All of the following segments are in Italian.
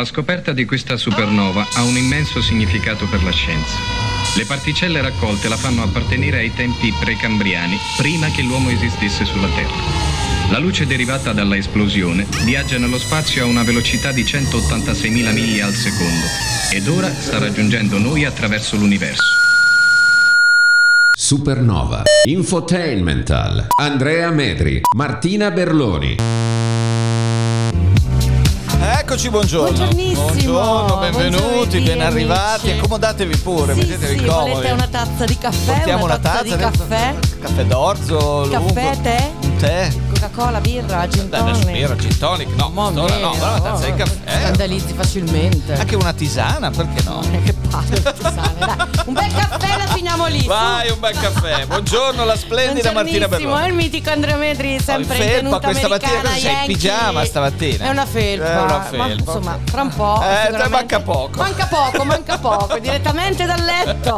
La scoperta di questa supernova ha un immenso significato per la scienza. Le particelle raccolte la fanno appartenere ai tempi precambriani, prima che l'uomo esistesse sulla Terra. La luce derivata dalla esplosione viaggia nello spazio a una velocità di 186.000 miglia al secondo ed ora sta raggiungendo noi attraverso l'universo. Supernova Infotainmental. Andrea Medri, Martina Berloni. Eccoci, buongiorno. Buongiorno, benvenuti, ben arrivati. Accomodatevi pure, mettetevi comodi. Volete una tazza di caffè? Portiamo una tazza di caffè? Caffè d'orzo, Caffè, lungo. tè? Un tè. Coca-Cola, birra, gin Dai, adesso tonic. birra, gin tonic. No, una tazza di caffè. Scandalizzi facilmente. Anche una tisana, perché no? Che palle, dai. Un bel caffè, la finiamo lì. Vai, un bel caffè. Buongiorno, la splendida Martina Berloni. È il mitico Andrea Medri, sempre in tenuta questa mattina americana. sei in pigiama stamattina. È una felpa. Ma, insomma, fra un po'. Manca poco. Manca poco, direttamente dal letto.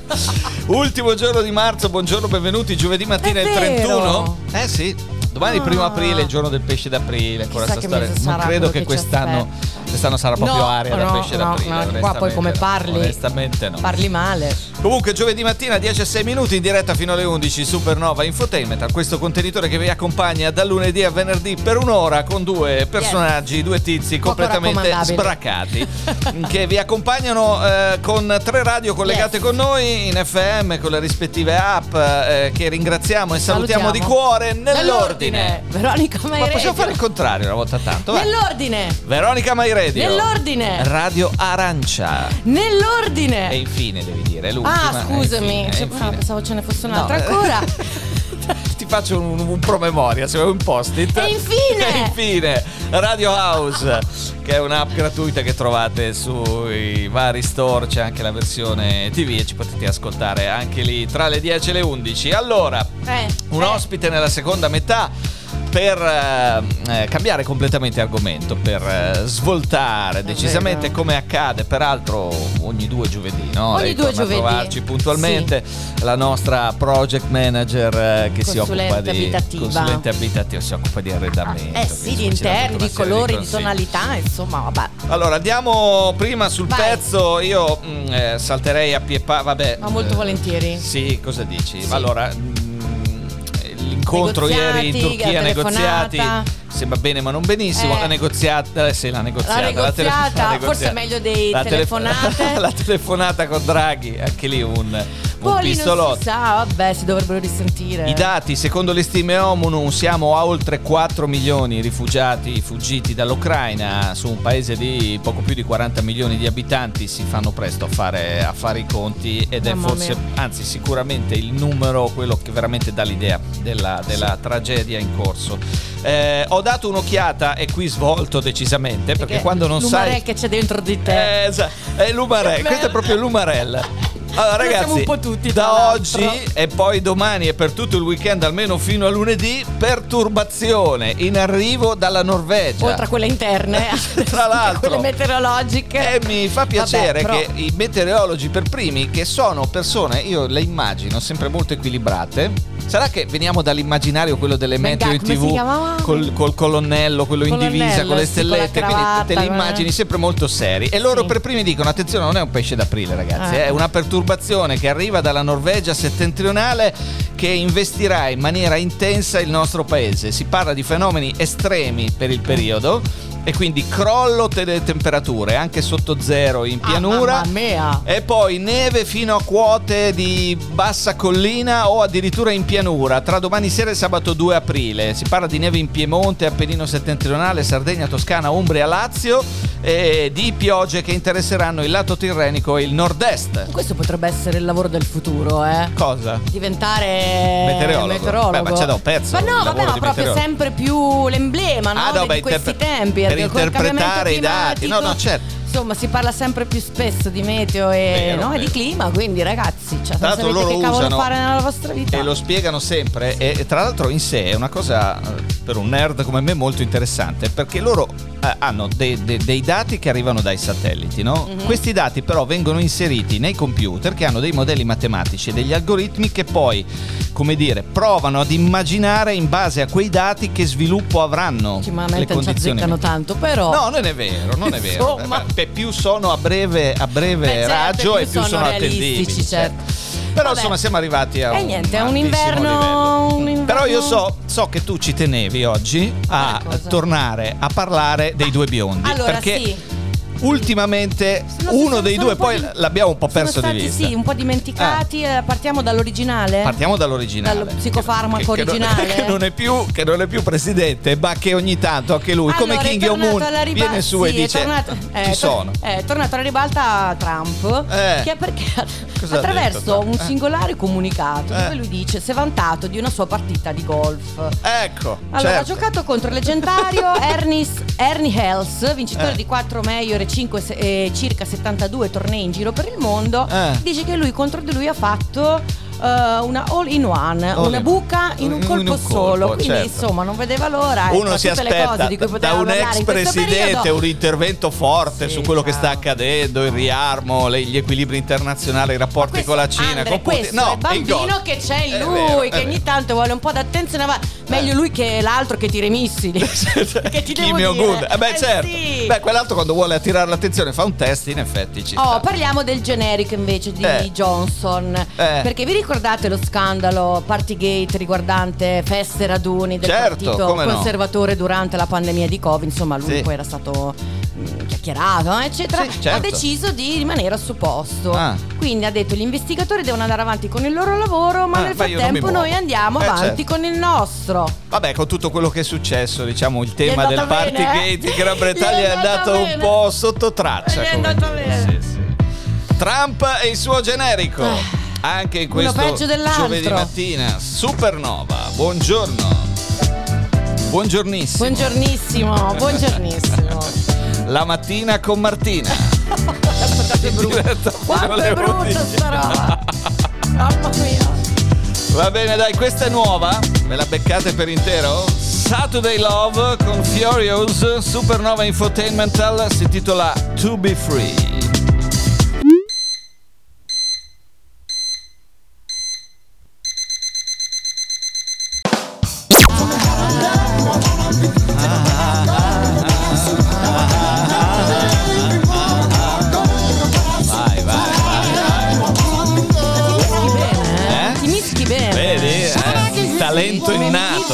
Ultimo giorno di marzo, buongiorno, benvenuti. Giovedì mattina È il vero. 31. Sì. Domani il 1 aprile, il giorno del pesce d'aprile. Ancora sta storia. Non credo che quest'anno sarà proprio aria da pesce d'aprile. No, qua poi come parli? Onestamente no. Parli male. Comunque giovedì mattina 10:06 minuti in diretta fino alle 11 Supernova Infotainment, questo contenitore che vi accompagna dal lunedì a venerdì per un'ora con due personaggi, due tizi completamente sbracati che vi accompagnano con 3 radio collegate con noi in FM con le rispettive app che ringraziamo e salutiamo di cuore nell'ordine. Veronica My Radio. Ma possiamo fare il contrario una volta tanto? Nell'ordine. Veronica My Radio. Nell'ordine. Radio Arancia. Nell'ordine. E infine devi dire l'ultima. Ah, scusami, pensavo ce ne fosse un'altra ancora. Ti faccio un promemoria, se vuoi un post-it. E infine Radio House, che è un'app gratuita che trovate sui vari store, c'è anche la versione TV e ci potete ascoltare anche lì tra le 10 e le 11. Allora, un ospite nella seconda metà per cambiare completamente argomento, per svoltare decisamente come accade peraltro ogni 2 giovedì, no? Ogni 2 giovedì. A trovarci puntualmente la nostra project manager che si occupa di consulente abitativo, si occupa di arredamento. Di interni, di colori, di tonalità, insomma, vabbè. Allora andiamo prima sul pezzo, io salterei a pie pari, vabbè. Ma molto volentieri. Sì, cosa dici? Sì. Allora, l'incontro ieri in Turchia, negoziati, sembra bene ma non benissimo. La negoziata, forse è meglio dei telefonate. La telefonata con Draghi, anche lì un pistolotto. Non si sa, vabbè, si dovrebbero risentire. I dati, secondo le stime ONU, siamo a oltre 4 milioni rifugiati fuggiti dall'Ucraina su un paese di poco più di 40 milioni di abitanti. Si fanno presto a fare i conti ed è forse, anzi sicuramente il numero quello che veramente dà l'idea della tragedia in corso. Ho dato un'occhiata e qui svolto decisamente perché quando non sai l'umarell che c'è dentro di te è l'umarell, questo è proprio l'umarell. Allora ragazzi, un po' tutti, da oggi e poi domani e per tutto il weekend almeno fino a lunedì, perturbazione in arrivo dalla Norvegia, oltre a quelle interne tra l'altro quelle meteorologiche. E mi fa piacere che i meteorologi per primi, che sono persone, io le immagino sempre molto equilibrate. Sarà che veniamo dall'immaginario quello delle meteo in TV col colonnello, quello in divisa con le stellette, quindi te le immagini sempre molto seri. E loro per primi dicono: attenzione, non è un pesce d'aprile, ragazzi, è una perturbazione che arriva dalla Norvegia settentrionale che investirà in maniera intensa il nostro paese. Si parla di fenomeni estremi per il periodo e quindi crollo delle temperature anche sotto zero in pianura, e poi neve fino a quote di bassa collina o addirittura in pianura tra domani sera e sabato 2 aprile. Si parla di neve in Piemonte, Appennino settentrionale, Sardegna, Toscana, Umbria, Lazio, e di piogge che interesseranno il lato tirrenico e il nord-est. Questo potrebbe essere il lavoro del futuro, Cosa? Diventare meteorologo. Beh, ma c'è da perso. Ma no, vabbè, ma proprio sempre più l'emblema, no? Di questi tempi. Per interpretare i dati. No, certo. Insomma, si parla sempre più spesso di meteo e di clima, quindi ragazzi, non sapete che cavolo fare nella vostra vita. E lo spiegano sempre, e tra l'altro in sé è una cosa per un nerd come me molto interessante, perché loro hanno dei dati che arrivano dai satelliti, no? Mm-hmm. Questi dati però vengono inseriti nei computer che hanno dei modelli matematici e degli algoritmi che poi, come dire, provano ad immaginare in base a quei dati che sviluppo avranno le condizioni. Non tanto, però. No, non è vero, non è vero. Più sono a breve raggio e più sono attendibili. Certo. Però insomma siamo arrivati a niente, è un inverno. Però io so che tu ci tenevi oggi a tornare a parlare dei due biondi. Allora, perché sì. Ultimamente uno dei due poi l'abbiamo un po' perso di vista. Sì, un po' dimenticati. Partiamo dall'originale. Dallo psicofarmaco originale. Che non è più presidente, ma che ogni tanto anche lui, come King Jong-un, viene su e dice ci sono. È tornato alla ribalta Trump, che è perché attraverso un singolare comunicato dove lui dice si è vantato di una sua partita di golf. Ecco. Allora, ha giocato contro il leggendario Ernie Els, vincitore di 4 major e circa 72 tornei in giro per il mondo. Dice che lui contro di lui ha fatto una all-in-one, una buca in un colpo solo. Quindi insomma non vedeva l'ora. Uno si aspetta da un ex presidente un intervento forte su quello che sta accadendo, il riarmo, gli equilibri internazionali, i rapporti con la Cina, con Putin. No, è il bambino che c'è in lui, che ogni tanto vuole un po' d'attenzione. Meglio lui che l'altro che tira i missili. Che ti devo dire. Certo. Sì. Quell'altro quando vuole attirare l'attenzione fa un test, in effetti ci sta. Parliamo del generico invece di Johnson. Perché vi ricordate lo scandalo Partygate riguardante feste e raduni del partito conservatore durante la pandemia di Covid? Insomma, lui poi era stato chiacchierato, eccetera. Sì, certo. Ha deciso di rimanere al suo posto. Quindi ha detto: gli investigatori devono andare avanti con il loro lavoro, ma nel frattempo noi andiamo avanti con il nostro. Vabbè, con tutto quello che è successo, diciamo, il tema del Partygate in Gran Bretagna è andato un po' sotto traccia. È andato bene. Sì. Trump e il suo generico. Anche in questo giovedì mattina. Supernova, buongiorno. Buongiornissimo. Buongiornissimo. La mattina con Martina. Quanto è brutta sta roba. Mamma mia. Va bene, dai, questa è nuova. Ve la beccate per intero? Saturday Love con Furious, Supernova Infotainmental, si intitola To Be Free. Talento innato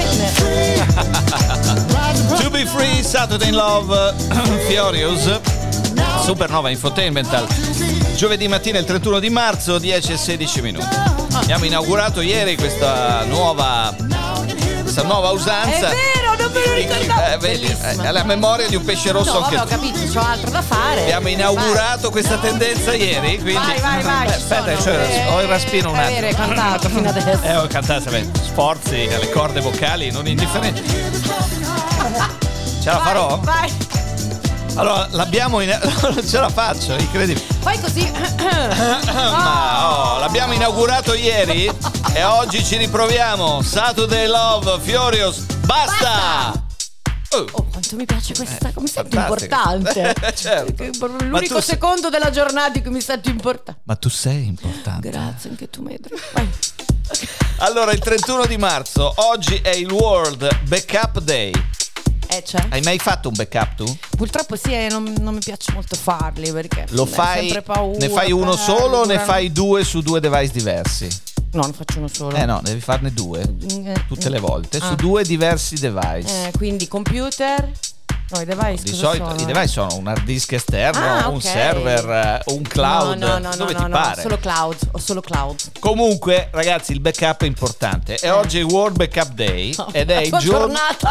To Be Free, Saturday Love, Furious, Supernova Infotainmental. Giovedì mattina il 31 di marzo, 10 e 16 minuti. Abbiamo inaugurato ieri questa nuova usanza. È vero, non me lo ricordavo. Vedi, è la memoria di un pesce rosso anche tu. Ho capito, c'ho altro da fare. Abbiamo inaugurato questa tendenza ieri, quindi vai. Aspetta, ho il raspino un attimo. Hai cantato fino adesso. Ho cantato, sforzi alle corde vocali non indifferenti. Ce la farò? Vai. Allora, non ce la faccio, incredibile. Fai così. L'abbiamo inaugurato ieri e oggi ci riproviamo. Saturday Love, Furious, basta! Quanto mi piace questa, come sento importante. Certo. L'unico secondo della giornata in cui mi sento importante. Ma tu sei importante. Grazie, anche tu, Medri. Vai. Allora, il 31 di marzo, oggi è il World Backup Day. Hai mai fatto un backup tu? Purtroppo sì, non mi piace molto farli perché lo fai, sempre paura, ne fai uno solo o ne fai due su due device diversi? No, ne faccio uno solo. No, devi farne due tutte le volte su due diversi device. Quindi computer. No, i device di solito i device sono un hard disk esterno, un server, un cloud. Dove ti pare? Solo cloud. Comunque, ragazzi, il backup è importante. E oggi è il World Backup Day ed è il giorno.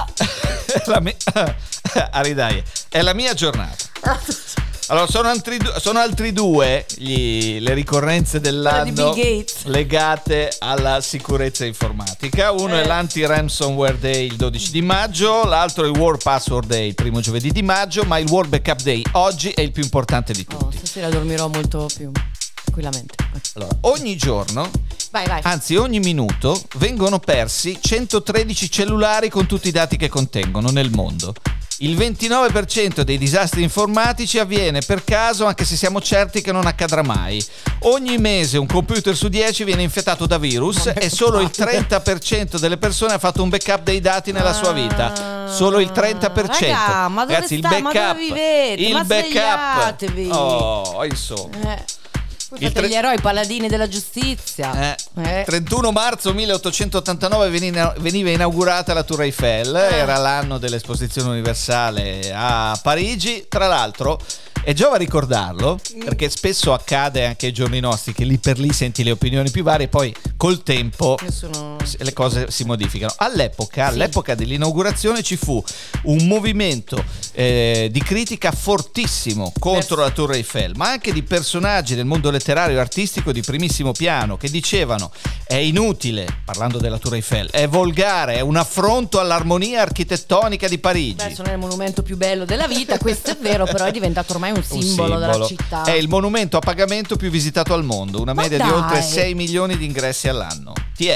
È la mia giornata. Allora, sono altri due le ricorrenze dell'anno legate alla sicurezza informatica. Uno è l'anti-ransomware day il 12 di maggio, l'altro è il World Password Day il primo giovedì di maggio, ma il World Backup Day oggi è il più importante di tutti. Stasera dormirò molto più tranquillamente. Allora, ogni giorno, anzi ogni minuto, vengono persi 113 cellulari con tutti i dati che contengono nel mondo. Il 29% dei disastri informatici avviene per caso, anche se siamo certi che non accadrà mai. Ogni mese un computer su 10 viene infettato da virus e solo il 30% delle persone ha fatto un backup dei dati nella sua vita. Solo il 30%. Raga, ma dove ragazzi, sta? il backup, ma dove vivete? il ma backup. svegliatevi. Insomma. Voi fate gli eroi paladini della giustizia. 31 marzo 1889 veniva inaugurata la Tour Eiffel, era l'anno dell'esposizione universale a Parigi. Tra l'altro è giova ricordarlo, perché spesso accade anche ai giorni nostri che lì per lì senti le opinioni più varie, poi col tempo le cose si modificano. All'epoca dell'inaugurazione ci fu un movimento di critica fortissimo contro la Tour Eiffel, ma anche di personaggi del mondo letterario e artistico di primissimo piano che dicevano: è inutile, parlando della Tour Eiffel, è volgare, è un affronto all'armonia architettonica di Parigi. Adesso non è il monumento più bello della vita, questo è vero, però è diventato ormai un simbolo della città. È il monumento a pagamento più visitato al mondo, una media di oltre 6 milioni di ingressi all'anno.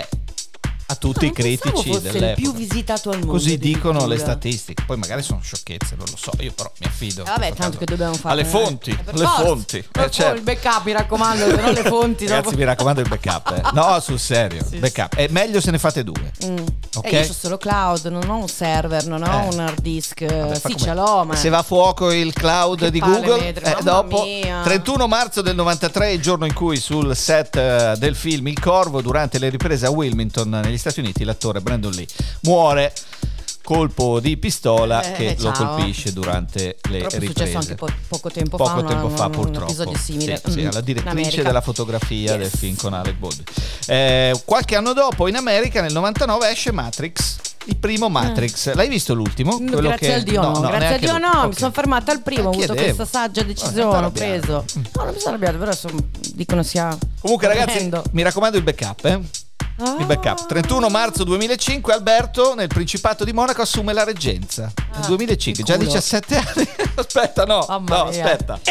A tutti i critici dell'epoca. Il più visitato al mondo. Così dicono le statistiche. Poi magari sono sciocchezze, non lo so. Io però mi affido. Vabbè, tanto che dobbiamo fare alle fonti. Le fonti. Certo. Il backup, mi raccomando, se no le fonti. Ragazzi, mi raccomando il backup. No, sul serio. Sì, backup. È meglio se ne fate 2. Ok. Io ho solo cloud, non ho un server, non ho un hard disk. Vabbè, ce l'ho, ma se va a fuoco il cloud di Google, dopo mia. 31 marzo del 93, il giorno in cui sul set del film Il Corvo, durante le riprese a Wilmington negli Stati Uniti, l'attore Brandon Lee muore, colpo di pistola che lo colpisce durante le riprese. È successo anche poco tempo fa un purtroppo. episodio simile. Sì, alla direttrice della fotografia del film con Alec Baldwin. Qualche anno dopo, in America, nel 99, esce Matrix. Il primo Matrix. L'hai visto l'ultimo? Grazie al Dio no. Grazie al Dio no. Okay. Mi sono fermata al primo, ho avuto questa saggia decisione, ho preso. No, non mi sono arrabbiato, però insomma dicono sia. Comunque ragazzi, mi raccomando il backup, Il backup. 31 marzo 2005 Alberto nel Principato di Monaco assume la reggenza. Nel 2005, già 17 anni. Aspetta, aspetta.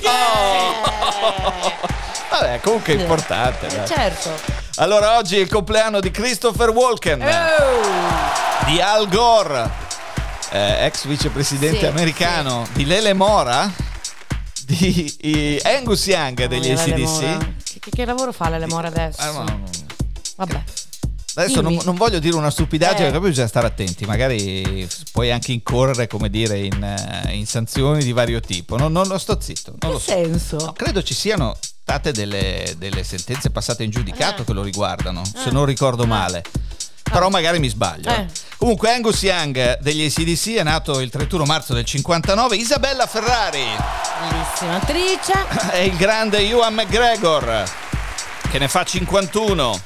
Vabbè, comunque è importante. Certo. Allora oggi è il compleanno di Christopher Walken, di Al Gore, ex vicepresidente americano, di Lele Mora, di Angus Young degli AC/DC. Che lavoro fa Lele Mora adesso? Vabbè. Adesso non voglio dire una stupidaggine, perché poi bisogna stare attenti, magari puoi anche incorrere, come dire, in sanzioni di vario tipo. Non lo sto zitto. Non che lo so. senso? No, credo ci siano state delle sentenze passate in giudicato che lo riguardano, se non ricordo male. Però magari mi sbaglio. Comunque Angus Young degli AC/DC è nato il 31 marzo del 59. Isabella Ferrari, bellissima attrice. E il grande Ewan McGregor, che ne fa 51.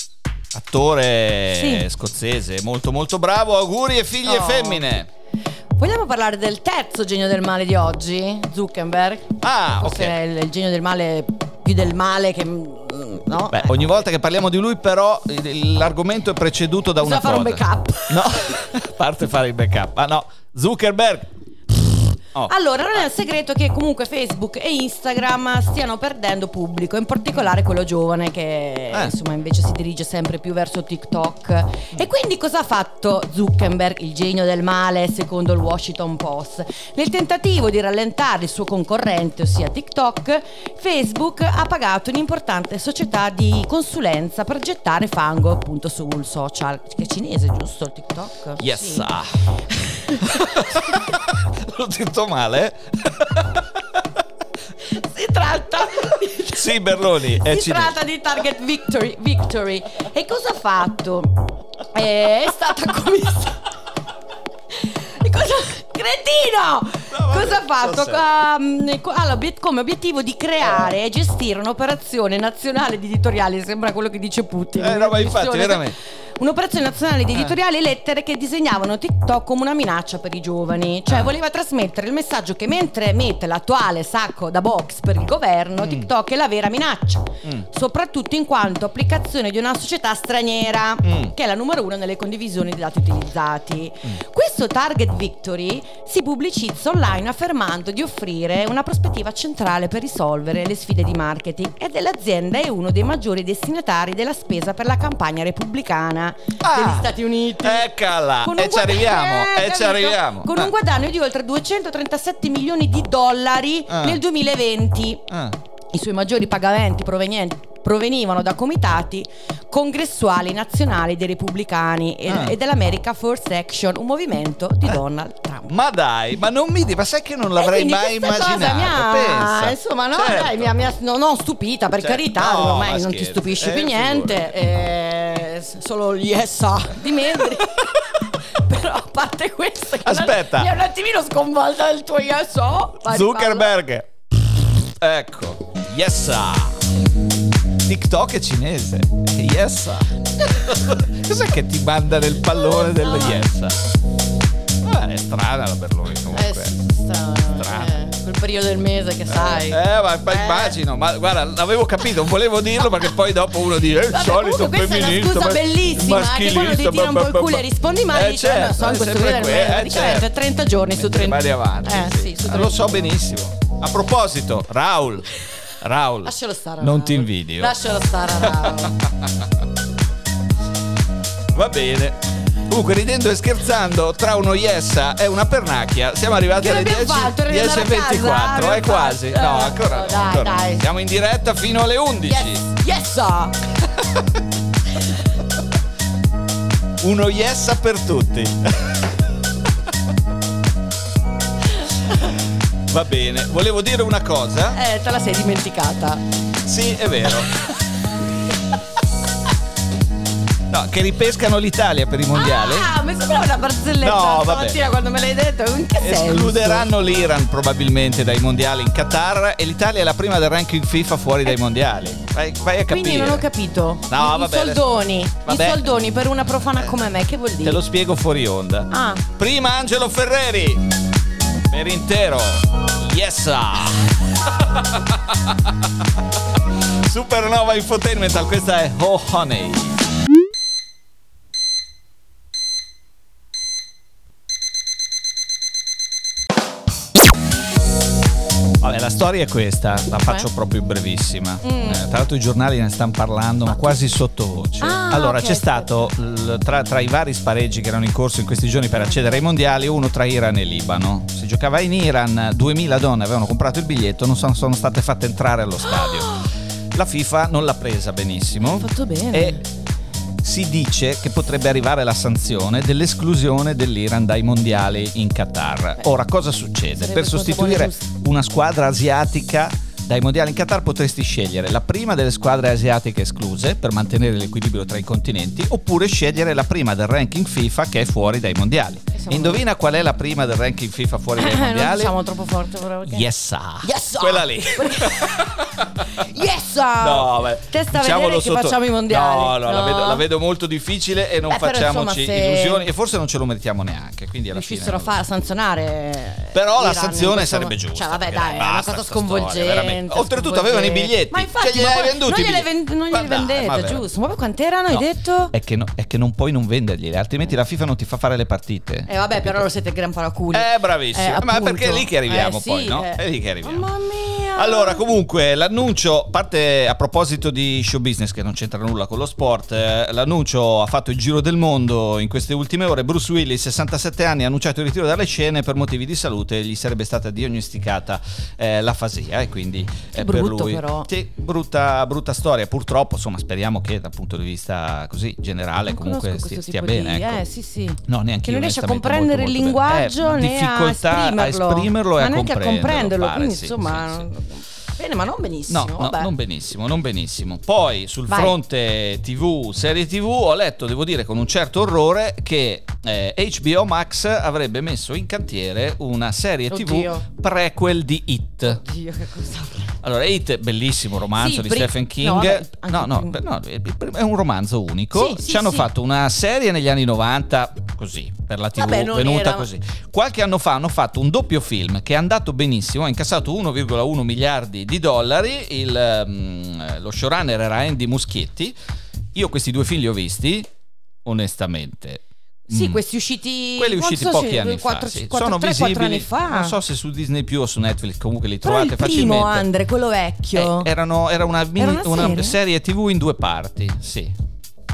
Attore scozzese molto molto bravo. Auguri e figlie femmine. Vogliamo parlare del terzo genio del male di oggi? Zuckerberg. Forse è il genio del male più del male che no? Beh, ogni volta che parliamo di lui però l'argomento è preceduto da una cosa. Fare un backup. No, a parte fare il backup. Zuckerberg. Allora, non è un segreto che comunque Facebook e Instagram stiano perdendo pubblico, in particolare quello giovane che insomma invece si dirige sempre più verso TikTok. E quindi cosa ha fatto Zuckerberg, il genio del male, secondo il Washington Post? Nel tentativo di rallentare il suo concorrente, ossia TikTok, Facebook ha pagato un'importante società di consulenza per gettare fango appunto sul social. Che è cinese, giusto, il TikTok? Yes. Sì. L'ho detto male? Si tratta Sì, Berloni si tratta di Target Victory. E cosa ha fatto? È stata commessa. Cretino! Cosa ha fatto? Come obiettivo di creare e gestire un'operazione nazionale di editoriali. Sembra quello che dice Putin. Ma infatti, veramente. Un'operazione nazionale di editoriali e lettere che disegnavano TikTok come una minaccia per i giovani. Cioè voleva trasmettere il messaggio che mentre mette l'attuale sacco da box per il governo, TikTok è la vera minaccia, soprattutto in quanto applicazione di una società straniera che è la numero 1 nelle condivisioni di dati utilizzati. Questo Target Victory si pubblicizza online affermando di offrire una prospettiva centrale per risolvere le sfide di marketing, e dell'azienda è uno dei maggiori destinatari della spesa per la campagna repubblicana Arena degli Stati Uniti. Eccola, ci arriviamo. Con un guadagno di oltre 237 milioni di dollari nel 2020. I suoi maggiori pagamenti provenivano da comitati congressuali nazionali dei repubblicani e dell'America First Action, un movimento di Donald Trump. Ma dai, ma non mi ma sai che non l'avrei mai immaginato. Pensa. Insomma, no, certo. Dai, non ho stupita, per carità, ormai non ti stupisce più niente. Solo gli di Medri. Però a parte questo, aspetta, mi è un attimino sconvolta il tuo Zuckerberg. Ecco, TikTok è cinese. Cos'è che ti manda nel pallone dello è strana la Berloni comunque. Strana. Quel periodo del mese che sai. Ma immagino. Ma guarda, l'avevo capito, non volevo dirlo perché poi dopo uno dice il solito questa femminista. Questa è una scusa bellissima, che quando ti tira un po' il culo e rispondi male, dici non so, in questo periodo del mese 30 giorni su 30. Vai avanti. Sì, su 30. Lo so benissimo. A proposito, Raul, lascialo stare. Non ti invidio. Lascialo stare, Raul. Va bene. Comunque, ridendo e scherzando, tra uno e una pernacchia, siamo arrivati alle 10:24. È quasi. No, ancora. Dai. Siamo in diretta fino alle 11. Yes. Uno per tutti. Va bene, volevo dire una cosa. Te la sei dimenticata. Sì, è vero. No, che ripescano l'Italia per i mondiali. Mi sembrava una barzelletta stamattina quando me l'hai detto. In che senso? Escluderanno l'Iran probabilmente dai mondiali in Qatar e l'Italia è la prima del ranking FIFA fuori dai mondiali. Vai a capire. Quindi non ho capito. No, I soldoni per una profana come me, che vuol dire? Te lo spiego fuori onda. Prima Angelo Ferreri per intero. Supernova Infotainment, questa è Oh Honey. Vabbè, la storia è questa, la faccio proprio brevissima. Tra l'altro i giornali ne stanno parlando, ma quasi sottovoce. Allora, c'è stato tra i vari spareggi che erano in corso in questi giorni per accedere ai mondiali, uno tra Iran e Libano. Si giocava in Iran, 2000 donne avevano comprato il biglietto, non sono state fatte entrare allo stadio. La FIFA non l'ha presa benissimo. Fatto bene. E si dice che potrebbe arrivare la sanzione dell'esclusione dell'Iran dai mondiali in Qatar. Ora, cosa succede? Per sostituire una squadra asiatica dai mondiali in Qatar potresti scegliere la prima delle squadre asiatiche escluse per mantenere l'equilibrio tra i continenti, oppure scegliere la prima del ranking FIFA che è fuori dai mondiali. Indovina qual è la prima del ranking FIFA fuori dai mondiali? Non siamo troppo forti però. Quella lì. No, beh, testa vedere che facciamo i mondiali. No. La vedo molto difficile e non facciamoci illusioni, e forse non ce lo meritiamo neanche, quindi alla fine riuscissero a sanzionare. Però la sanzione sarebbe giusta. Cioè, vabbè, dai, è una cosa sconvolgente. Oltretutto avevano i biglietti. Ma infatti, glieli hai venduti? Non glieli vendete, giusto? Ma poi quant'erano? Hai detto? È che non puoi non venderglieli, altrimenti la FIFA non ti fa fare le partite. Vabbè, però lo siete gran paraculi. Bravissimo. Ma perché è lì che arriviamo poi, no? È lì che arriviamo. Mamma mia. Allora, comunque, l'annuncio parte a proposito di show business che non c'entra nulla con lo sport. L'annuncio ha fatto il giro del mondo in queste ultime ore. Bruce Willis, 67 anni, ha annunciato il ritiro dalle scene per motivi di salute. Gli sarebbe stata diagnosticata l'afasia, e quindi per lui però. Sì, brutta storia. Purtroppo, insomma, speriamo che dal punto di vista così generale non comunque stia bene. Ecco. Sì. No, neanche che non riesce a comprendere molto il linguaggio né difficoltà a esprimerlo e ma a neanche a comprenderlo, pare, quindi sì, insomma sì. Bene, ma non benissimo. No, non benissimo. Poi sul fronte TV, serie TV, ho letto, devo dire con un certo orrore, che HBO Max avrebbe messo in cantiere una serie TV prequel di It. Oddio, che cosa? Allora, It, bellissimo romanzo di Stephen King. No, è un romanzo unico. Ci hanno fatto una serie negli anni 90, così, per la TV, venuta così. Qualche anno fa hanno fatto un doppio film che è andato benissimo, ha incassato 1,1 miliardi di dollari. Lo showrunner era Andy Muschietti. Io questi due film li ho visti, onestamente. Sì, usciti pochi anni fa. Sono visibili. Anni fa. Non so se su Disney Plus o su Netflix, comunque li però trovate facilmente. Primo, Andre, quello vecchio. Era una serie TV in 2 parti, sì.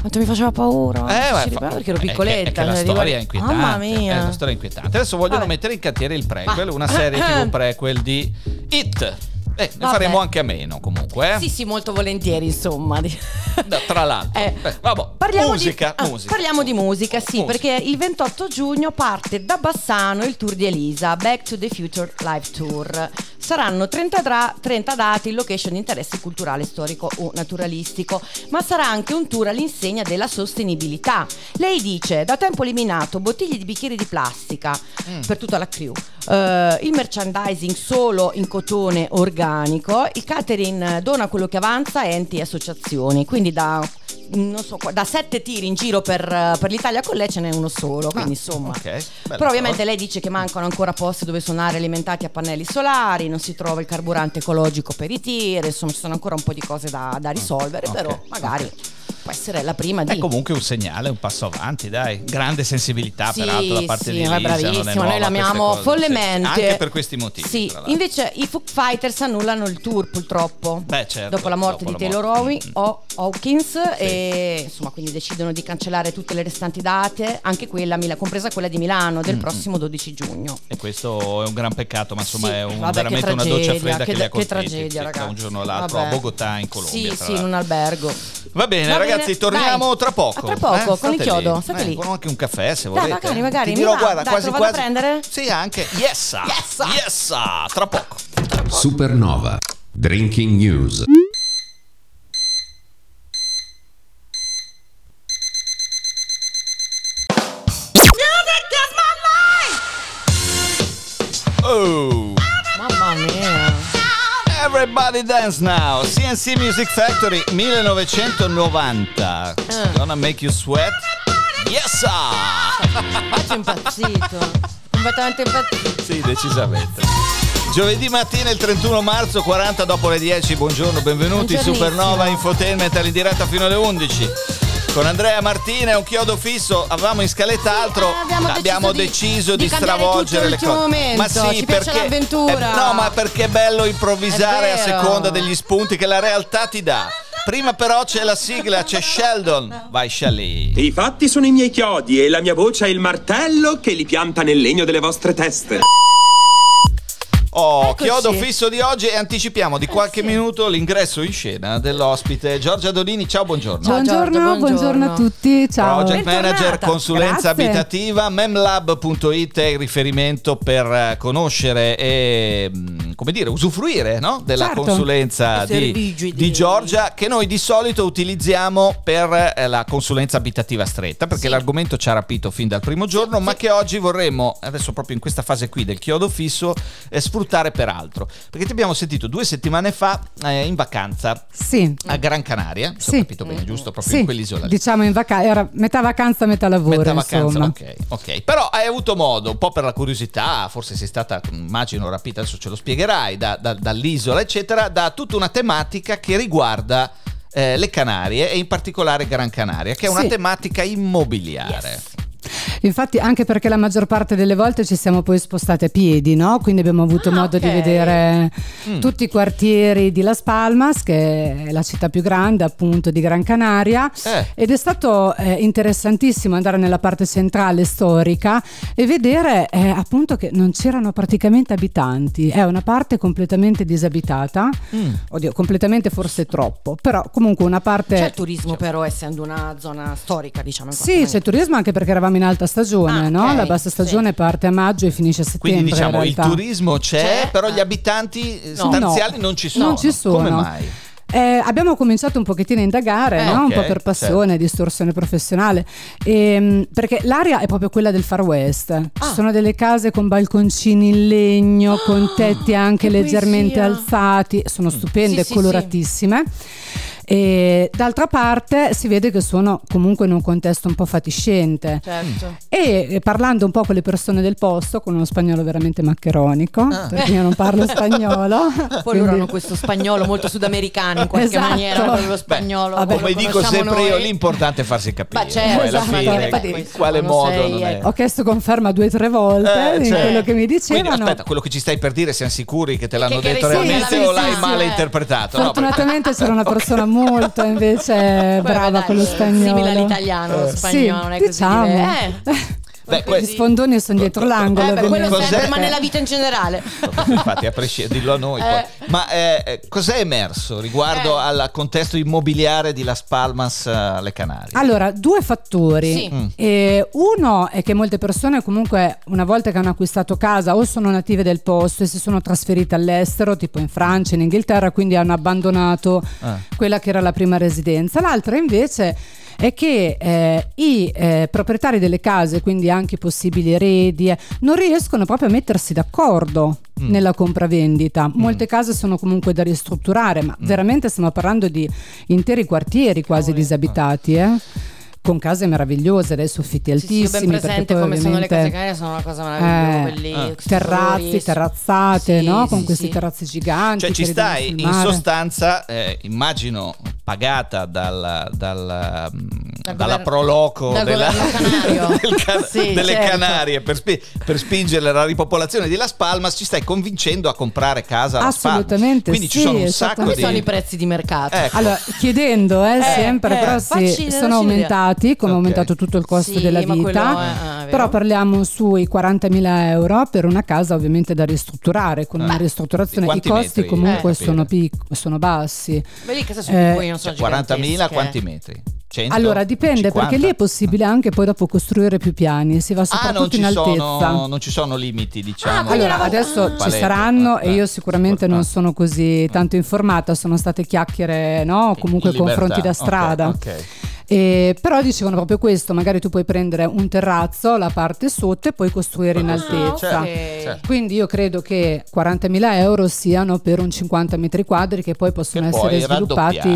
Quanto mi faceva paura. Perché ero piccoletta. È la storia inquietante. Mamma mia. È una storia inquietante. Adesso vogliono mettere in cantiere il prequel, una serie TV prequel di It. Ne faremo anche a meno comunque. Sì, molto volentieri, insomma. Tra l'altro. Parliamo di musica, sì, perché il 28 giugno parte da Bassano il tour di Elisa, Back to the Future Live Tour. Saranno 30 date in location di interesse culturale, storico o naturalistico, ma sarà anche un tour all'insegna della sostenibilità. Lei dice: da tempo eliminato bottiglie di bicchieri di plastica per tutta la crew, il merchandising solo in cotone organico, il catering dona quello che avanza a enti e associazioni, quindi da 7 tiri in giro per l'Italia con lei ce n'è uno solo, quindi insomma. Però ovviamente lei dice che mancano ancora posti dove suonare alimentati a pannelli solari, non si trova il carburante ecologico per i tir, insomma ci sono ancora un po' di cose da risolvere, però magari può essere la prima di... È comunque un segnale, un passo avanti, dai. Grande sensibilità peraltro da parte di Elisa. Bravissima, noi l'amiamo follemente. Anche per questi motivi. Sì, invece i Foo Fighters annullano il tour purtroppo. Certo, dopo la morte di Taylor Hawkins e insomma quindi decidono di cancellare tutte le restanti date, anche quella, compresa quella di Milano del prossimo 12 giugno. E questo è un gran peccato, ma insomma è veramente una doccia fredda che li ha colpiti. Che tragedia, ragazzi. Da un giorno all'altro a Bogotà in Colombia. Sì, in un albergo. Va bene, ragazzi, torniamo tra poco. Tra poco, con il chiodo, state lì. Con anche un caffè se volete. Magari. Ti dirò, guarda, quasi quasi. A prendere? Sì, anche. Yes, tra poco. Supernova Drinking News. Oh, mamma mia. Everybody Dance Now, CNC Music Factory 1990. Gonna make you sweat? Yes! Faccio impazzito. Completamente impazzito. Sì, decisamente. Giovedì mattina il 31 marzo, 40 dopo le 10. Buongiorno, benvenuti. Supernova Infotainment in diretta fino alle 11. Con Andrea Martina e un chiodo fisso. Avevamo in scaletta altro. Abbiamo deciso di stravolgere le cose. Momento. Ma sì, ci perché l'avventura. no, ma perché è bello improvvisare a seconda degli spunti che la realtà ti dà. Prima però c'è la sigla, c'è Sheldon. Vai Shelly. I fatti sono i miei chiodi e la mia voce è il martello che li pianta nel legno delle vostre teste. Eccoci. Chiodo fisso di oggi e anticipiamo di qualche minuto l'ingresso in scena dell'ospite Giorgia Donini. Ciao, buongiorno. Ciao, buongiorno a tutti. Ciao. Project Manager, consulenza Grazie. abitativa. memlab.it è il riferimento per conoscere e usufruire, no? della consulenza di Giorgia, che noi di solito utilizziamo per la consulenza abitativa stretta, perché l'argomento ci ha rapito fin dal primo giorno, ma che oggi vorremmo, adesso proprio in questa fase qui del chiodo fisso, sfruttare per altro, perché ti abbiamo sentito 2 settimane fa in vacanza a Gran Canaria, se ho capito bene, giusto? Proprio in quell'isola lì. Diciamo era metà vacanza, metà lavoro. Metà vacanza, insomma. ok. Però hai avuto modo, un po' per la curiosità, forse sei stata, immagino, rapita, adesso ce lo spiegherai, dall'isola, eccetera, da tutta una tematica che riguarda le Canarie e in particolare Gran Canaria, che è una tematica immobiliare. Yes. Infatti, anche perché la maggior parte delle volte ci siamo poi spostati a piedi, no? Quindi abbiamo avuto modo di vedere tutti i quartieri di Las Palmas, che è la città più grande appunto di Gran Canaria, ed è stato interessantissimo andare nella parte centrale storica e vedere appunto che non c'erano praticamente abitanti. È una parte completamente disabitata, oddio, completamente forse troppo, però comunque una parte... C'è turismo però, essendo una zona storica, diciamo. Sì, c'è turismo anche perché eravamo in alta stagione, no? Okay, la bassa stagione parte a maggio e finisce a settembre. Quindi diciamo il turismo c'è, però gli abitanti stanziali non ci sono. Non ci sono. Come mai? Abbiamo cominciato un pochettino a indagare, no? Un po' per passione, distorsione professionale, perché l'area è proprio quella del Far West. Ci sono delle case con balconcini in legno, con tetti anche leggermente alzati, sono stupende, coloratissime. E d'altra parte si vede che sono comunque in un contesto un po' fatiscente, e parlando un po' con le persone del posto, con uno spagnolo veramente maccheronico, perché io non parlo spagnolo, poi loro hanno questo spagnolo molto sudamericano in qualche maniera, proprio lo spagnolo. Come dico sempre io, l'importante è farsi capire. Alla fine, in quale modo non è. Ho chiesto conferma 2 o 3 volte di quello che mi dicevano. Quindi aspetta, quello che ci stai per dire, siamo sicuri che te l'hanno detto realmente o l'hai male interpretato? Fortunatamente c'era una persona molto invece brava con lo spagnolo. Simile all'italiano, lo spagnolo, sì, non è così diciamo. Gli sfondoni sono dietro l'angolo. Quello serve, ma nella vita in generale. Infatti, dillo a noi poi. Ma cos'è emerso riguardo al contesto immobiliare di Las Palmas alle Canarie? Allora, due fattori. Sì. Uno è che molte persone comunque una volta che hanno acquistato casa o sono native del posto e si sono trasferite all'estero, tipo in Francia, in Inghilterra, quindi hanno abbandonato quella che era la prima residenza. L'altra invece è che i proprietari delle case, quindi anche i possibili eredi, non riescono proprio a mettersi d'accordo nella compravendita. Molte case sono comunque da ristrutturare, ma veramente stiamo parlando di interi quartieri quasi disabitati, con case meravigliose, dai soffitti altissimi. Sì, ben presente come sono le case canarie, sono una cosa meravigliosa, terrazzi, terrazzate, no? Con questi terrazzi giganti. Cioè ci stai in sostanza, immagino pagata dalla Proloco delle Canarie per spingere la ripopolazione di Las Palmas, ci stai convincendo a comprare casa a Las Palmas. Assolutamente. Quindi ci sono un sacco di... sono i prezzi di mercato. Ecco. Allora, chiedendo sempre, però sono aumentati, come è aumentato tutto il costo della vita, però parliamo sui 40.000 euro per una casa ovviamente da ristrutturare, con una ristrutturazione. I costi metri, comunque sono bassi. Vedi che io non so, 40.000 quanti metri? 100, allora dipende 50? Perché lì è possibile anche poi dopo costruire più piani, si va soprattutto in altezza. Non ci sono limiti, diciamo. Allora adesso ci saranno e io sicuramente non sono così tanto informata, sono state chiacchiere, no? Comunque confronti da strada. Okay. Però dicevano proprio questo, magari tu puoi prendere un terrazzo, la parte sotto e poi costruire in altezza. Certo. Quindi io credo che 40.000 euro siano per un 50 metri quadri che poi possono essere sviluppati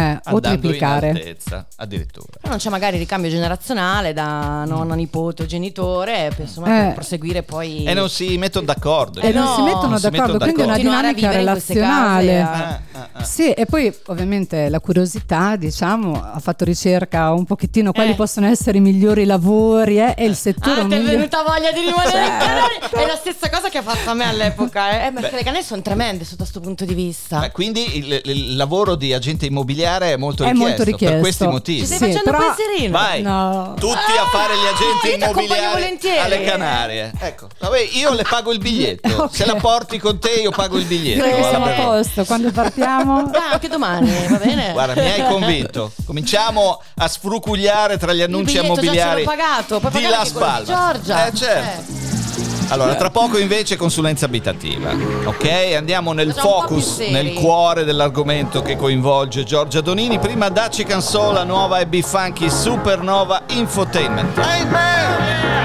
o triplicare. In altezza, addirittura. Però non c'è magari ricambio generazionale da nonno, nipote o genitore per proseguire poi. E non si mettono d'accordo. Non si mettono d'accordo, quindi è una dinamica relazionale. Sì, e poi ovviamente la curiosità, diciamo, ha fatto ricerca un pochettino quali possono essere i migliori lavori e il settore. Ti è venuta voglia di rimanere in Canarie. È la stessa cosa che ha fatto a me all'epoca, perché le Canarie sono tremende sotto questo punto di vista. Quindi il lavoro di agente immobiliare è molto richiesto per questi motivi. Ci stai facendo un pensierino? Vai, tutti a fare gli agenti immobiliari alle Canarie. Ecco, io le pago il biglietto. Okay. Se la porti con te io pago il biglietto. Siamo a posto, quando partiamo? Anche domani, va bene? Guarda, mi hai convinto. Cominciamo a sfrucugliare tra gli annunci immobiliari di Las Palmas. Giorgia. Certo. Allora, tra poco invece consulenza abitativa. Ok, andiamo nel focus, nel cuore dell'argomento che coinvolge Giorgia Donini. Prima Daci Cansò, la nuova e funky Supernova Infotainment. Amen!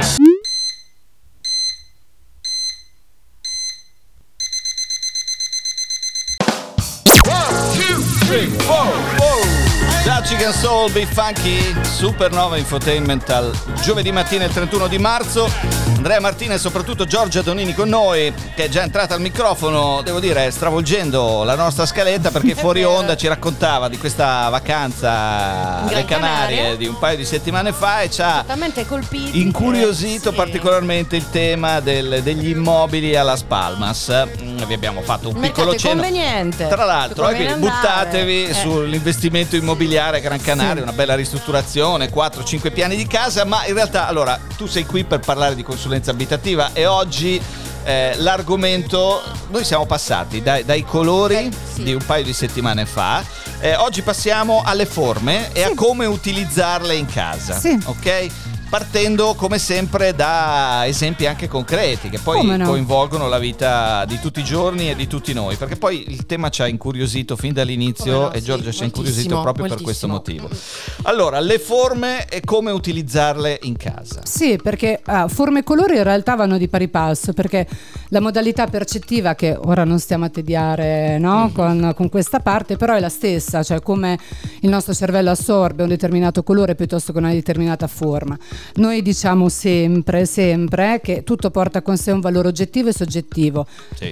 Daci Cansò, Be Funky, Supernova Infotainment al giovedì mattina il 31 di marzo. Andrea Martina e soprattutto Giorgia Donini con noi, che è già entrata al microfono, devo dire, stravolgendo la nostra scaletta, perché fuori onda ci raccontava di questa vacanza alle Canarie di un paio di settimane fa e ci ha incuriosito particolarmente il tema degli immobili a Las Palmas. Vi abbiamo fatto un piccolo cenno. Tra l'altro, buttatevi sull'investimento immobiliare Gran Canaria, una bella ristrutturazione, 4-5 piani di casa, ma in realtà, allora, tu sei qui per parlare di consulenza abitativa e oggi l'argomento, noi siamo passati dai colori di un paio di settimane fa, oggi passiamo alle forme e a come utilizzarle in casa, ok? Partendo come sempre da esempi anche concreti che poi coinvolgono la vita di tutti i giorni e di tutti noi, perché poi il tema ci ha incuriosito fin dall'inizio e Giorgia ci ha incuriosito proprio per questo motivo. Allora, le forme e come utilizzarle in casa. Sì, perché forme e colori in realtà vanno di pari passo, perché la modalità percettiva, che ora non stiamo a tediare con questa parte, però è la stessa, cioè come il nostro cervello assorbe un determinato colore piuttosto che una determinata forma. Noi diciamo sempre che tutto porta con sé un valore oggettivo e soggettivo. Sì.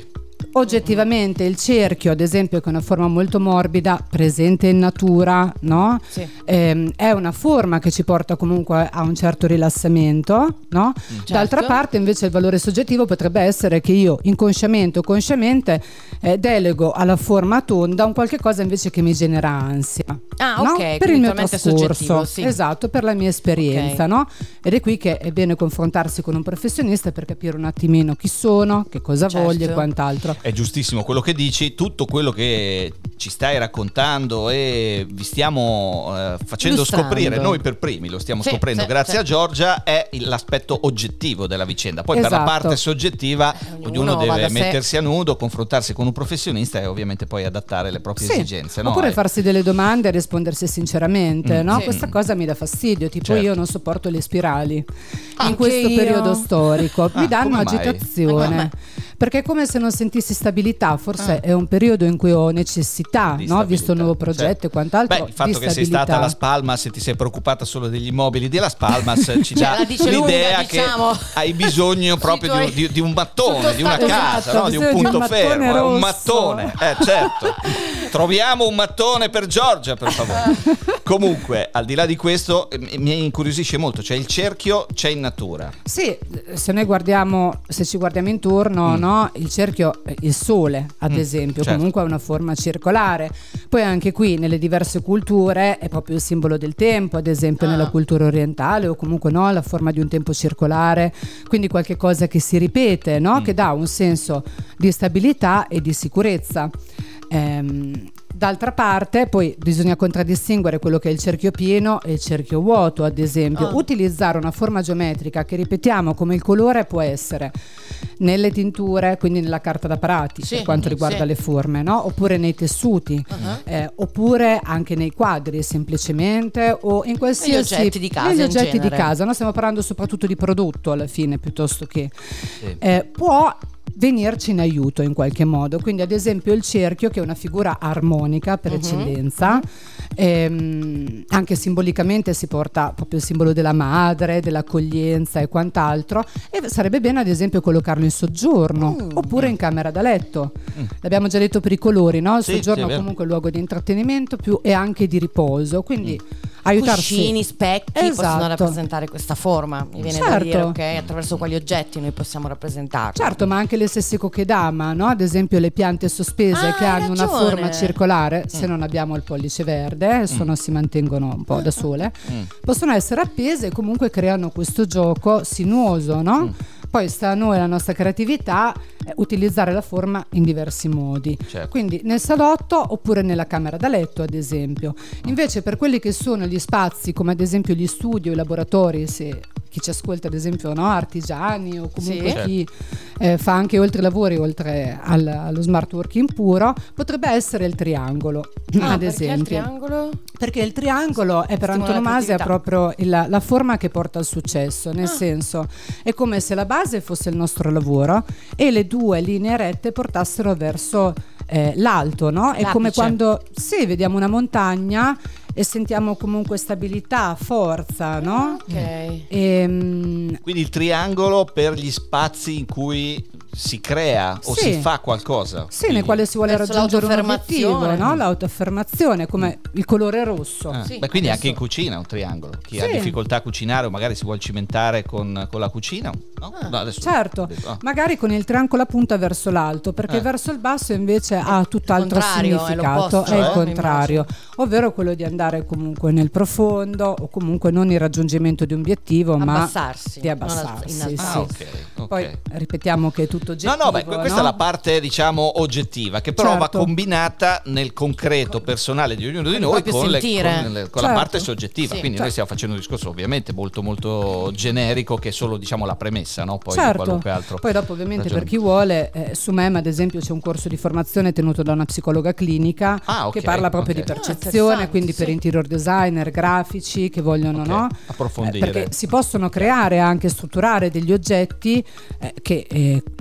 oggettivamente il cerchio, ad esempio, che è una forma molto morbida, presente in natura, no? Sì. È una forma che ci porta comunque a un certo rilassamento, no? Certo. D'altra parte invece il valore soggettivo potrebbe essere che io inconsciamente o consciamente delego alla forma tonda un qualche cosa invece che mi genera ansia. No? Ok, per il mio trascorso, sì. Esatto, per la mia esperienza, no? Ed è qui che è bene confrontarsi con un professionista per capire un attimino chi sono, che cosa voglio e quant'altro. È giustissimo quello che dici, tutto quello che ci stai raccontando e vi stiamo facendo scoprire, noi per primi lo stiamo scoprendo grazie a Giorgia, è l'aspetto oggettivo della vicenda. Poi per la parte soggettiva ognuno deve mettersi a nudo, confrontarsi con un professionista e ovviamente poi adattare le proprie esigenze, no? Oppure farsi delle domande e rispondersi sinceramente, no? Questa cosa mi dà fastidio, tipo io non sopporto le spirali in questo periodo storico, mi danno agitazione. Perché è come se non sentissi stabilità, forse è un periodo in cui ho necessità, no? Visto un nuovo progetto e quant'altro. Il fatto che sei stata a Las Palmas e ti sei preoccupata solo degli immobili di Las Palmas ci dà l'idea che hai bisogno proprio di un mattone, di una casa, no? Di un punto fermo, un mattone. Certo. Troviamo un mattone per Giorgia, per favore. Comunque, al di là di questo, mi incuriosisce molto, cioè il cerchio c'è in natura. Sì, se noi guardiamo, se ci guardiamo intorno, no? Il cerchio, il sole ad esempio, comunque ha una forma circolare. Poi anche qui nelle diverse culture è proprio il simbolo del tempo, ad esempio nella cultura orientale, o comunque la forma di un tempo circolare, quindi qualche cosa che si ripete, no? Che dà un senso di stabilità e di sicurezza. D'altra parte poi bisogna contraddistinguere quello che è il cerchio pieno e il cerchio vuoto, ad esempio. Utilizzare una forma geometrica che ripetiamo come il colore può essere nelle tinture, quindi nella carta da parati per quanto riguarda le forme, no? Oppure nei tessuti, oppure anche nei quadri semplicemente, o in qualsiasi negli oggetti di casa, no? Stiamo parlando soprattutto di prodotto alla fine piuttosto che può venirci in aiuto in qualche modo. Quindi ad esempio il cerchio, che è una figura armonica per eccellenza, anche simbolicamente si porta proprio il simbolo della madre, dell'accoglienza e quant'altro, e sarebbe bene ad esempio collocarlo in soggiorno oppure in camera da letto. L'abbiamo già detto per i colori, no? Il soggiorno è comunque un luogo di intrattenimento e anche di riposo, quindi aiutarsi. Cuscini, specchi possono rappresentare questa forma, mi viene da dire, ok? Attraverso quali oggetti noi possiamo rappresentarlo. Certo, ma anche le stesse kokedama, no? Ad esempio le piante sospese che hanno una forma circolare, se non abbiamo il pollice verde, si mantengono un po' da sole, possono essere appese e comunque creano questo gioco sinuoso, no? Poi sta a noi, la nostra creatività, utilizzare la forma in diversi modi. Quindi nel salotto oppure nella camera da letto, ad esempio. Invece per quelli che sono gli spazi, come ad esempio gli studi o i laboratori, se chi ci ascolta ad esempio, no? Artigiani o comunque chi fa anche oltre lavori, oltre allo smart working puro, potrebbe essere il triangolo, ad esempio. Il triangolo? Perché il triangolo è per antonomasia proprio la forma che porta al successo, nel senso è come se la base fosse il nostro lavoro e le due linee rette portassero verso l'alto, no? È come quando vediamo una montagna e sentiamo comunque stabilità, forza, no? Quindi il triangolo per gli spazi in cui si crea o si fa qualcosa. Nel quale si vuole raggiungere un obiettivo, no? L'autoaffermazione, come il colore rosso. Quindi anche in cucina un triangolo. Chi ha difficoltà a cucinare o magari si vuole cimentare con la cucina, no? Magari con il triangolo la punta verso l'alto, perché verso il basso invece ha tutt'altro significato, è il contrario, ovvero quello di andare comunque nel profondo o comunque non il raggiungimento di un obiettivo, ma di abbassarsi. Poi ripetiamo che è tutto oggettivo. Questa è la parte diciamo oggettiva, che però va combinata nel concreto personale di ognuno di noi con la parte soggettiva. Quindi noi stiamo facendo un discorso ovviamente molto molto generico, che è solo diciamo la premessa, no? Poi qualunque altro. Poi dopo ovviamente per chi vuole, su MEM ad esempio c'è un corso di formazione tenuto da una psicologa clinica che parla proprio di percezione, quindi per interior designer, grafici che vogliono approfondire, perché si possono creare anche strutturare degli oggetti che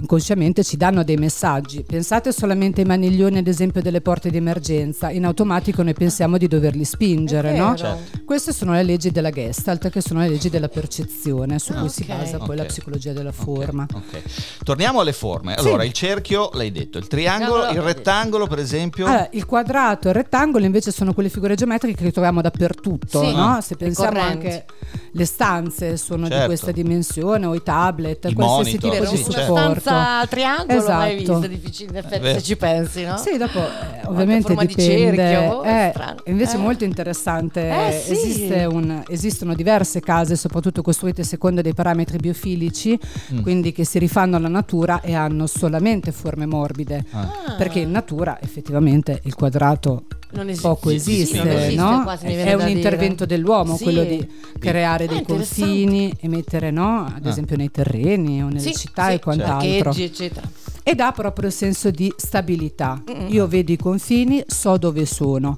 inconsciamente ci danno dei messaggi. Pensate solamente ai maniglioni, ad esempio, delle porte di emergenza. In automatico noi pensiamo di doverli spingere, no? Certo. Queste sono le leggi della Gestalt, che sono le leggi della percezione, su cui si basa poi la psicologia della forma. Okay. Torniamo alle forme. Allora, il cerchio l'hai detto, il triangolo, il rettangolo, per esempio. Allora, il quadrato e il rettangolo invece sono quelle figure geometriche che troviamo dappertutto, no? Se pensiamo anche le stanze sono di questa dimensione, o i tablet, I qualsiasi monitor, tipo di supporto. Una stanza a triangolo mai Esatto. vista, difficile in effetti se ci pensi, no? Sì, dopo ovviamente forma dipende. di cerchio, invece è molto interessante. Esistono diverse case, soprattutto costruite secondo dei parametri biofilici, quindi che si rifanno alla natura e hanno solamente forme morbide, perché in natura effettivamente il quadrato poco esiste, no? È un intervento dell'uomo, quello di creare dei confini e mettere, no? Ad esempio nei terreni o nelle città e quant'altro, parcheggi, eccetera. e dà proprio il senso di stabilità. Io vedo i confini, so dove sono.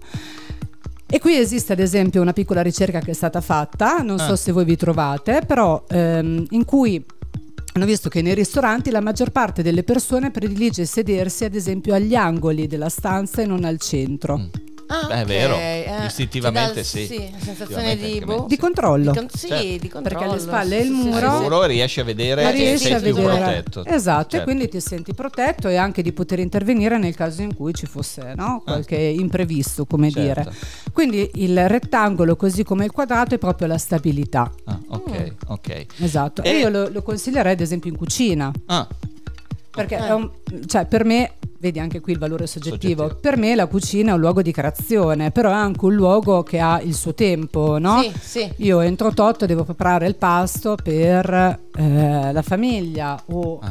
E qui esiste ad esempio una piccola ricerca che è stata fatta, non so se voi vi trovate, però in cui hanno visto che nei ristoranti la maggior parte delle persone predilige sedersi ad esempio agli angoli della stanza e non al centro. È vero, istintivamente sì. Sì, sensazione di controllo. Di controllo. Perché alle spalle è il muro, riesci a vedere e sei più protetto. Esatto, e quindi ti senti protetto e anche di poter intervenire nel caso in cui ci fosse, no, qualche imprevisto, come dire. Quindi il rettangolo, così come il quadrato, è proprio la stabilità. Ok. Esatto. E io lo consiglierei ad esempio in cucina. Perché per me, vedi anche qui il valore soggettivo. Per me la cucina è un luogo di creazione, però è anche un luogo che ha il suo tempo, no? Sì. Io entro tot, devo preparare il pasto per la famiglia o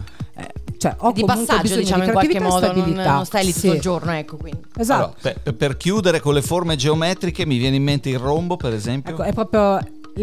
ho di comunque passaggio, bisogno diciamo, di in qualche creatività modo, e stabilità. non stai lì tutto il giorno, ecco, quindi. Esatto. Allora, per chiudere con le forme geometriche mi viene in mente il rombo, per esempio. Ecco, è proprio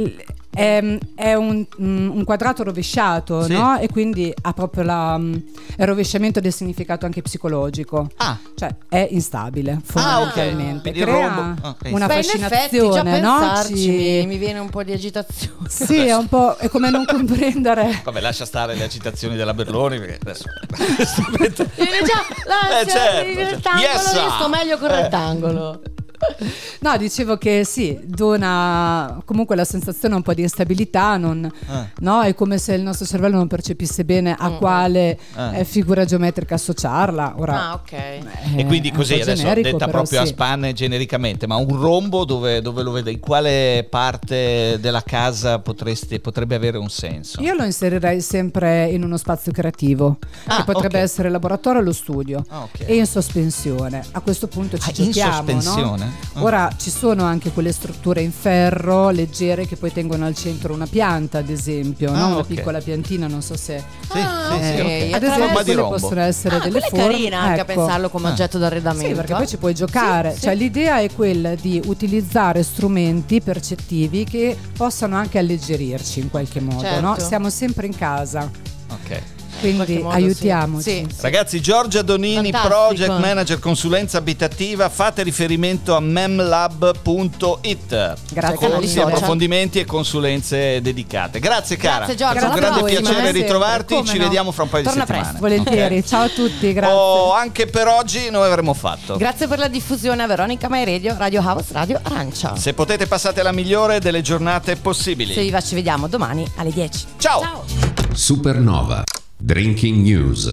è un quadrato rovesciato, no? E quindi ha proprio il rovesciamento del significato anche psicologico. Cioè è instabile fondamentalmente. Crea una fascinazione, no? Ci... mi viene un po' di agitazione. Sì, è un po' è come non comprendere. Vabbè, lascia stare le agitazioni della Berloni, perché adesso viene già l'ansia del rettangolo, io sto meglio col rettangolo. No, dicevo che sì, dona comunque la sensazione un po' di instabilità, no? È come se il nostro cervello non percepisse bene a quale figura geometrica associarla. Ora, e quindi così adesso detta proprio a spanne genericamente, ma un rombo dove lo vede? In quale parte della casa potrebbe avere un senso? Io lo inserirei sempre in uno spazio creativo, che potrebbe essere il laboratorio o lo studio, e in sospensione. A questo punto ci giochiamo, in sospensione? No? Ora ci sono anche quelle strutture in ferro leggere che poi tengono al centro una pianta, ad esempio, no? Una piccola piantina, non so se ad esempio quelle possono essere delle forme. È carina anche a pensarlo come oggetto d'arredamento. Sì, perché poi ci puoi giocare. Cioè l'idea è quella di utilizzare strumenti percettivi che possano anche alleggerirci in qualche modo, no? Siamo sempre in casa. Quindi aiutiamoci. Ragazzi, Giorgia Donini, Project Manager Consulenza Abitativa, fate riferimento a memlab.it. Grazie. Con approfondimenti e consulenze dedicate. Grazie cara. Grazie Giorgia. È un grande piacere ritrovarti. Ci vediamo fra un paio di settimane. Presto. Volentieri. Ciao a tutti, grazie. Anche per oggi noi avremo fatto. Grazie per la diffusione a Veronica My Radio, Radio House, Radio Arancia. Se potete, passate la migliore delle giornate possibili. Se vi va, ci vediamo domani alle 10. Ciao. Supernova Drinking News.